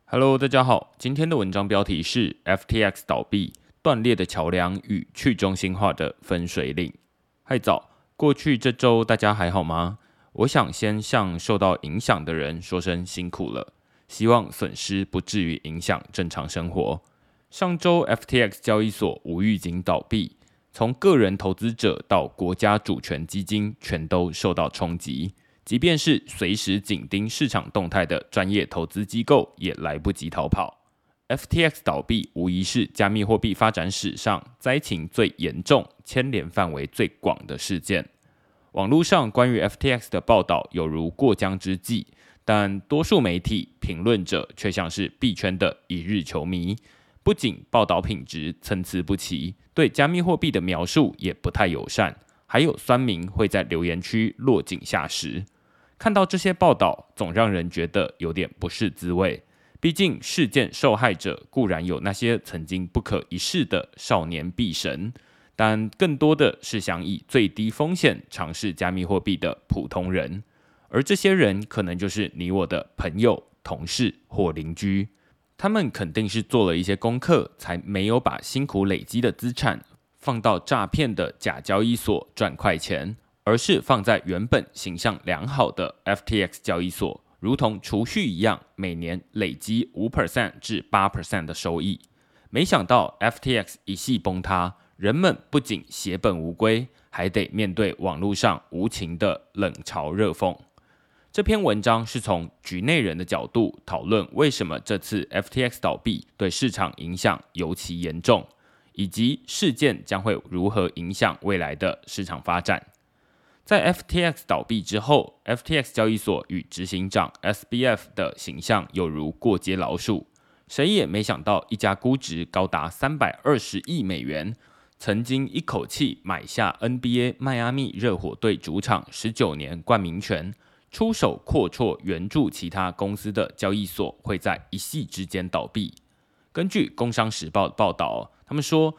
Hello，大家好，今天的文章标题是 FTX 倒闭，断裂的桥梁与去中心化的分水岭。嗨早，过去这周大家还好吗？我想先向受到影响的人说声辛苦了，希望损失不至于影响正常生活。上周 FTX 交易所无预警倒闭，从个人投资者到国家主权基金全都受到冲击。即便是随时紧盯市场动态的专业投资机构，也来不及逃跑。FTX 倒闭无疑是加密货币发展史上灾情最严重、牵连范围最广的事件。网络上关于 FTX 的报道有如过江之鲫，但多数媒体评论者却像是币圈的一日球迷，不仅报道品质参差不齐，对加密货币的描述也不太友善，还有酸民会在留言区落井下石。看到这些报道，总让人觉得有点不是滋味。毕竟事件受害者固然有那些曾经不可一世的少年币神，但更多的是想以最低风险尝试加密货币的普通人，而这些人可能就是你我的朋友、同事或邻居。他们肯定是做了一些功课，才没有把辛苦累积的资产放到诈骗的假交易所赚快钱，而是放在原本形象良好的 FTX 交易所，如同储蓄一样，每年累积 5% 至 8% 的收益。没想到 FTX 一系崩塌，人们不仅血本无归，还得面对网络上无情的冷嘲热讽。这篇文章是从局内人的角度讨论为什么这次 FTX 倒闭对市场影响尤其严重，以及事件将会如何影响未来的市场发展。在 FTX 倒闭之后， FTX 交易所与执行长 SBF 的形象有如过街老鼠，谁也没想到一家估值高达320亿美元，曾经一口气买下 NBA 迈阿密热火队主场19年冠名权，出手阔绰援助其他公司的交易所会在一夕之间倒闭。根据工商时报的报道，他们说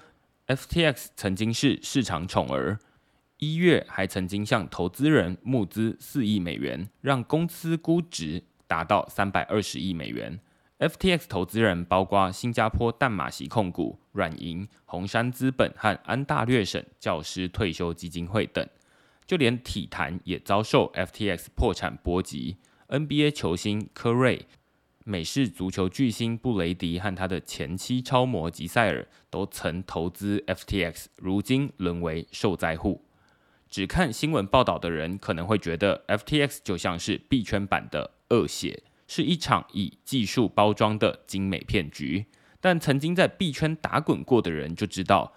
FTX 曾经是市场宠儿，1月还曾经向投资人募资4亿美元，让公司估值达到320亿美元。FTX 投资人包括新加坡淡马锡控股、软银、红杉资本和安大略省教师退休基金会等。就连体坛也遭受 FTX 破产波及。NBA 球星科瑞、美式足球巨星布雷迪和他的前妻超模吉赛尔都曾投资 FTX， 如今沦为受灾户。只看新闻报道的人可能会觉得 FTX 就像是币圈版的恶血，是一场以技术包装的精美骗局。但曾经在币圈打滚过的人就知道，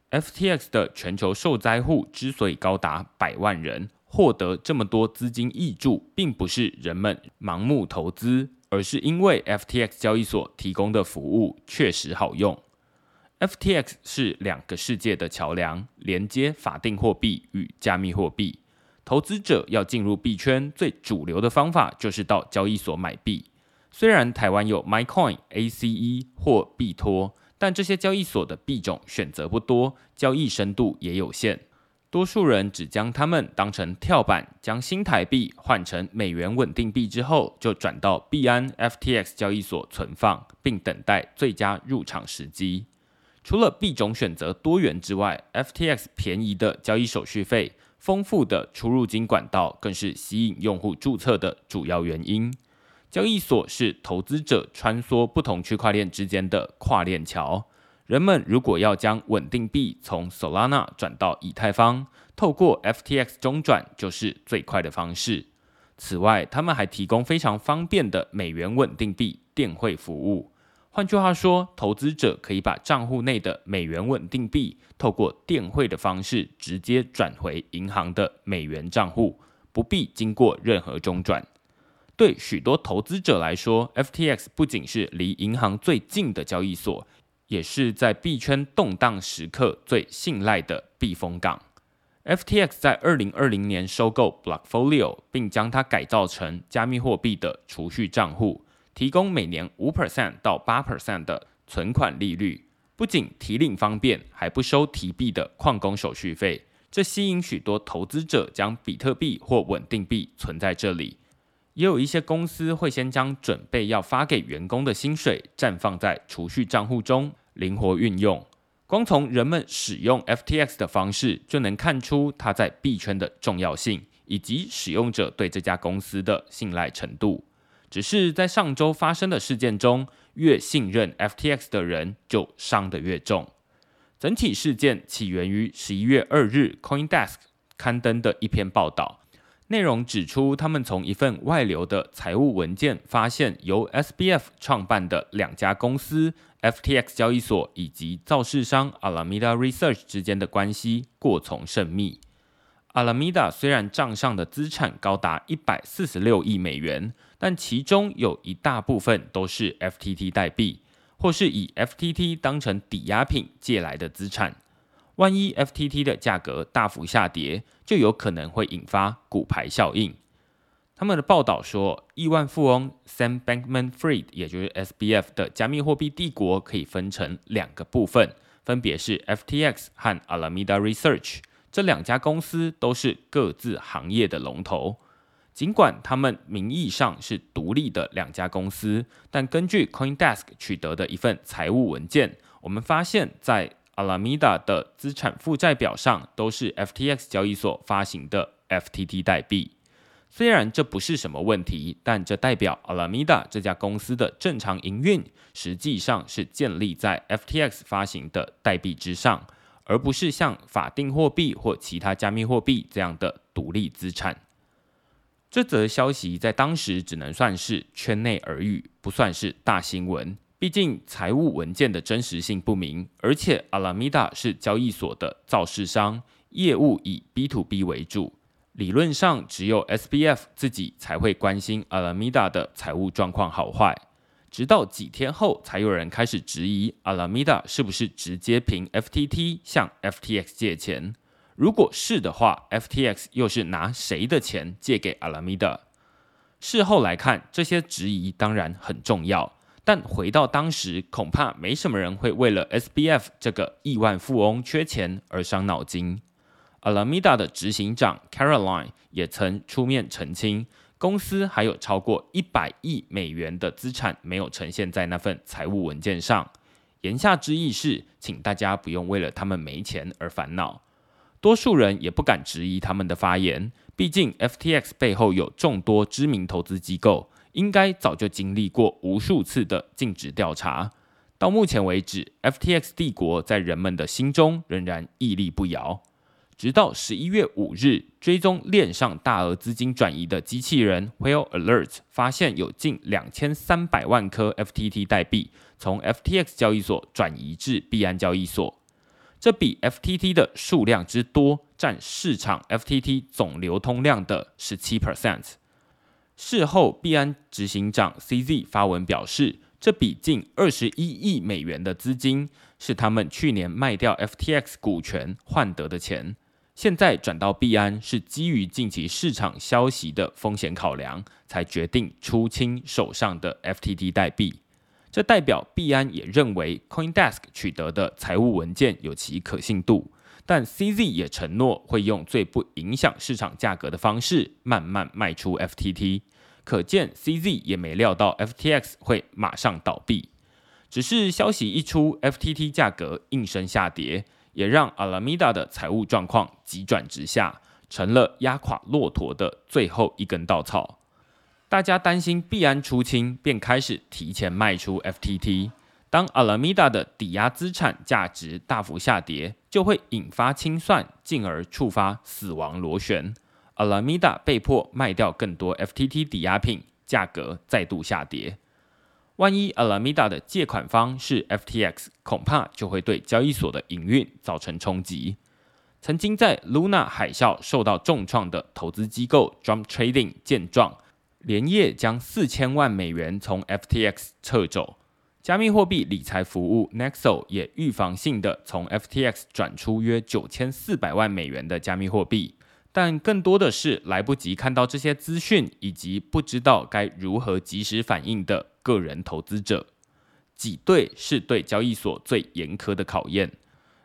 FTX 的全球受灾户之所以高达100万人，获得这么多资金挹注，并不是人们盲目投资，而是因为 FTX 交易所提供的服务确实好用。FTX 是两个世界的桥梁，连接法定货币与加密货币。投资者要进入币圈，最主流的方法就是到交易所买币。虽然台湾有 MyCoin、ACE 或币托，但这些交易所的币种选择不多，交易深度也有限。多数人只将它们当成跳板，将新台币换成美元稳定币之后，就转到币安 FTX 交易所存放，并等待最佳入场时机。除了币种选择多元之外， FTX 便宜的交易手续费、丰富的出入金管道更是吸引用户注册的主要原因。交易所是投资者穿梭不同区块链之间的跨链桥，人们如果要将稳定币从 Solana 转到以太坊，透过 FTX 中转就是最快的方式。此外，他们还提供非常方便的美元稳定币电汇服务。换句话说，投资者可以把账户内的美元稳定币透过电汇的方式直接转回银行的美元账户，不必经过任何中转。对许多投资者来说， FTX 不仅是离银行最近的交易所，也是在币圈动荡时刻最信赖的避风港。FTX 在2020年收购 Blockfolio， 并将它改造成加密货币的储蓄账户，提供每年 5% 到 8% 的存款利率，不仅提领方便，还不收提币的矿工手续费。这吸引许多投资者将比特币或稳定币存在这里。 也有一些公司会先将准备要发给员工的薪水暂放在储蓄账户中，灵活运用。光从人们使用 FTX 的方式，就能看出它在币圈的重要性，以及使用者对这家公司的信赖程度。只是在上周发生的事件中，越信任 FTX 的人就伤得越重。整体事件起源于11月2日 CoinDesk 刊登的一篇报道，内容指出他们从一份外流的财务文件发现，由 SBF 创办的2家公司 FTX 交易所以及造市商 Alameda Research 之间的关系过从甚密。Alameda 虽然账上的资产高达146亿美元，但其中有一大部分都是 FTT 代币，或是以 FTT 当成抵押品借来的资产。万一 FTT 的价格大幅下跌，就有可能会引发骨牌效应。他们的报道说，亿万富翁 Sam Bankman-Fried， 也就是 SBF 的加密货币帝国可以分成2个部分，分别是 FTX 和 Alameda Research。这2家公司都是各自行业的龙头。尽管他们名义上是独立的2家公司，但根据 CoinDesk 取得的一份财务文件，我们发现在 Alameda 的资产负债表上都是 FTX 交易所发行的 FTT 代币。虽然这不是什么问题，但这代表 Alameda 这家公司的正常营运实际上是建立在 FTX 发行的代币之上，而不是像法定货币或其他加密货币这样的独立资产。这则消息在当时只能算是圈内耳语，不算是大新闻。毕竟财务文件的真实性不明，而且 Alameda 是交易所的造市商，业务以 B2B 为主。理论上，只有 SBF 自己才会关心 Alameda 的财务状况好坏。直到几天后，才有人开始质疑 Alameda 是不是直接凭 FTT 向 FTX 借钱。如果是的话， FTX 又是拿谁的钱借给 Alameda？ 事后来看，这些质疑当然很重要，但回到当时，恐怕没什么人会为了 SBF 这个亿万富翁缺钱而伤脑筋。Alameda 的执行长 Caroline 也曾出面澄清，公司还有超过100亿美元的资产没有呈现在那份财务文件上。言下之意是，请大家不用为了他们没钱而烦恼。多数人也不敢质疑他们的发言，毕竟 FTX 背后有众多知名投资机构，应该早就经历过无数次的尽职调查。到目前为止， FTX 帝国在人们的心中仍然屹立不摇。直到11月5日，追踪链上大额资金转移的机器人 Whale Alert 发现有近2300万颗 FTT 代币从 FTX 交易所转移至币安交易所。这比 FTT 的数量之多，占市场 FTT 总流通量的 17%。事后，币安执行长 CZ 发文表示，这笔近21亿美元的资金是他们去年卖掉 FTX 股权换得的钱，现在转到币安是基于近期市场消息的风险考量，才决定出清手上的 FTT 代币。这代表币安也认为 CoinDesk 取得的财务文件有其可信度，但 CZ 也承诺会用最不影响市场价格的方式慢慢卖出 FTT。可见 CZ 也没料到 FTX 会马上倒闭。只是消息一出， FTT 价格应声下跌，也让 Alameda 的财务状况急转直下，成了压垮骆驼的最后一根稻草。大家担心币安出清，便开始提前卖出 FTT。当 Alameda 的抵押资产价值大幅下跌，就会引发清算，进而触发死亡螺旋。Alameda 被迫卖掉更多 FTT 抵押品，价格再度下跌。万一 Alameda 的借款方是 FTX， 恐怕就会对交易所的营运造成冲击。曾经在 Luna 海啸受到重创的投资机构 Jump Trading 见状，连夜将4000万美元从 FTX 撤走。加密货币理财服务 Nexo 也预防性的从 FTX 转出约9400万美元的加密货币，但更多的是来不及看到这些资讯，以及不知道该如何及时反应的个人投资者。挤兑是对交易所最严苛的考验。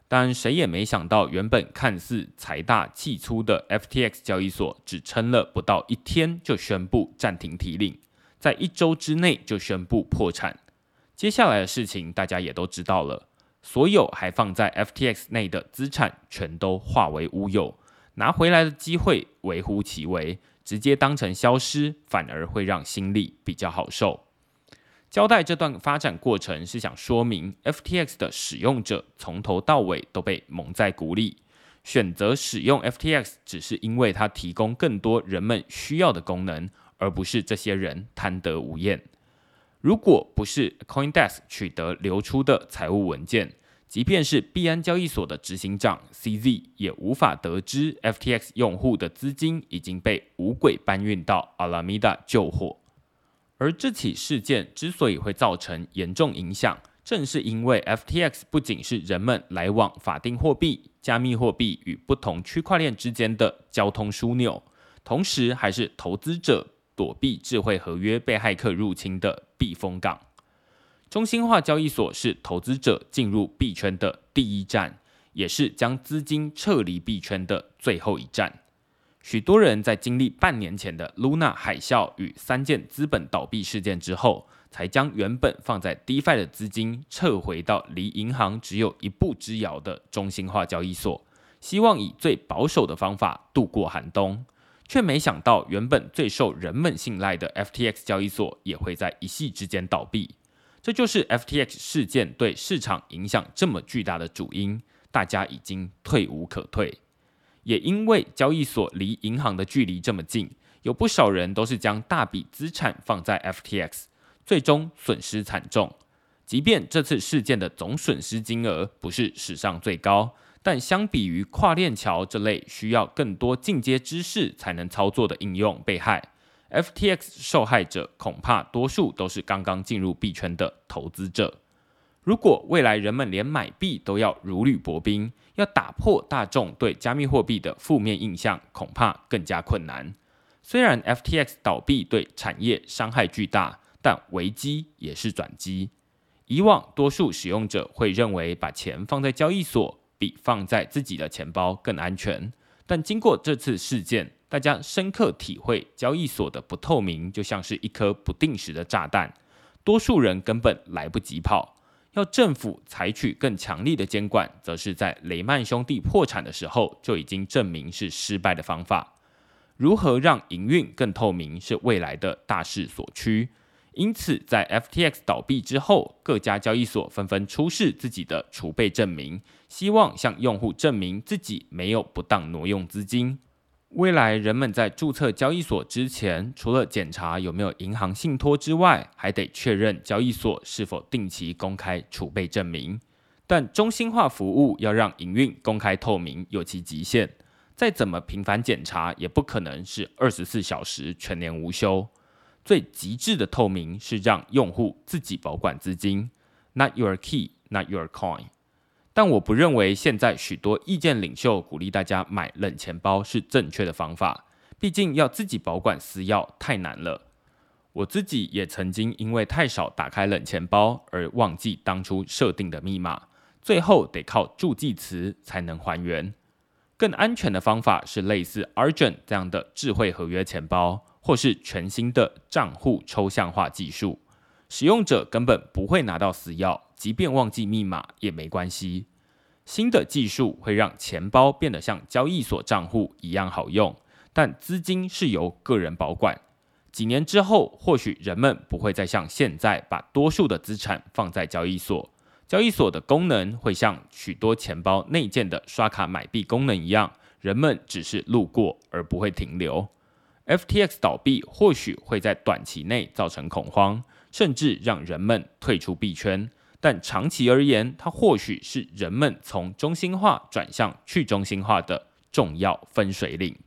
但谁也没想到，原本看似财大气粗的 FTX 交易所，只撑了不到1天就宣布暂停提领，在1周之内就宣布破产。接下来的事情大家也都知道了，所有还放在 FTX 内的资产全都化为乌有，拿回来的机会微乎其微，直接当成消失，反而会让心里比较好受。交代这段发展过程是想说明 FTX 的使用者从头到尾都被蒙在鼓里，选择使用 FTX 只是因为它提供更多人们需要的功能，而不是这些人贪得无厌。如果不是 CoinDesk 取得流出的财务文件，即便是币安交易所的执行长 CZ 也无法得知 FTX 用户的资金已经被五轨搬运到 Alameda 救火。而这起事件之所以会造成严重影响，正是因为 FTX 不仅是人们来往法定货币、加密货币与不同区块链之间的交通枢纽，同时还是投资者躲避智慧合约被骇客入侵的避风港。中心化交易所是投资者进入币圈的第一站，也是将资金撤离币圈的最后一站。许多人在经历半年前的 Luna 海啸与3件资本倒闭事件之后，才将原本放在 DeFi 的资金撤回到离银行只有1步之遥的中心化交易所，希望以最保守的方法度过寒冬，却没想到原本最受人们信赖的 FTX 交易所也会在一夕之间倒闭。这就是 FTX 事件对市场影响这么巨大的主因，大家已经退无可退。也因为交易所离银行的距离这么近，有不少人都是将大笔资产放在 FTX， 最终损失惨重。即便这次事件的总损失金额不是史上最高，但相比于跨链桥这类需要更多进阶知识才能操作的应用被害， FTX 受害者恐怕多数都是刚刚进入币圈的投资者。如果未来人们连买币都要如履薄冰，要打破大众对加密货币的负面印象，恐怕更加困难。虽然 FTX 倒闭对产业伤害巨大，但危机也是转机。以往多数使用者会认为把钱放在交易所比放在自己的钱包更安全，但经过这次事件，大家深刻体会交易所的不透明就像是一颗不定时的炸弹，多数人根本来不及跑。要政府采取更强力的监管，则是在雷曼兄弟破产的时候就已经证明是失败的方法。如何让营运更透明，是未来的大势所趋。因此，在 FTX 倒闭之后，各家交易所纷纷出示自己的储备证明，希望向用户证明自己没有不当挪用资金。未来人们在注册交易所之前，除了检查有没有银行信托之外，还得确认交易所是否定期公开储备证明。但中心化服务要让营运公开透明有其极限，再怎么频繁检查，也不可能是24小时全年无休。最极致的透明是让用户自己保管资金 ，Not your key, not your coin。但我不认为现在许多意见领袖鼓励大家买冷钱包是正确的方法，毕竟要自己保管私钥太难了。我自己也曾经因为太少打开冷钱包而忘记当初设定的密码，最后得靠助记词才能还原。更安全的方法是类似 Argent 这样的智慧合约钱包，或是全新的账户抽象化技术。使用者根本不会拿到私钥，即便忘记密码也没关系。新的技术会让钱包变得像交易所账户一样好用，但资金是由个人保管。几年之后，或许人们不会再像现在把多数的资产放在交易所，交易所的功能会像许多钱包内建的刷卡买币功能一样，人们只是路过而不会停留。FTX 倒闭或许会在短期内造成恐慌，甚至让人们退出币圈，但长期而言，它或许是人们从中心化转向去中心化的重要分水岭。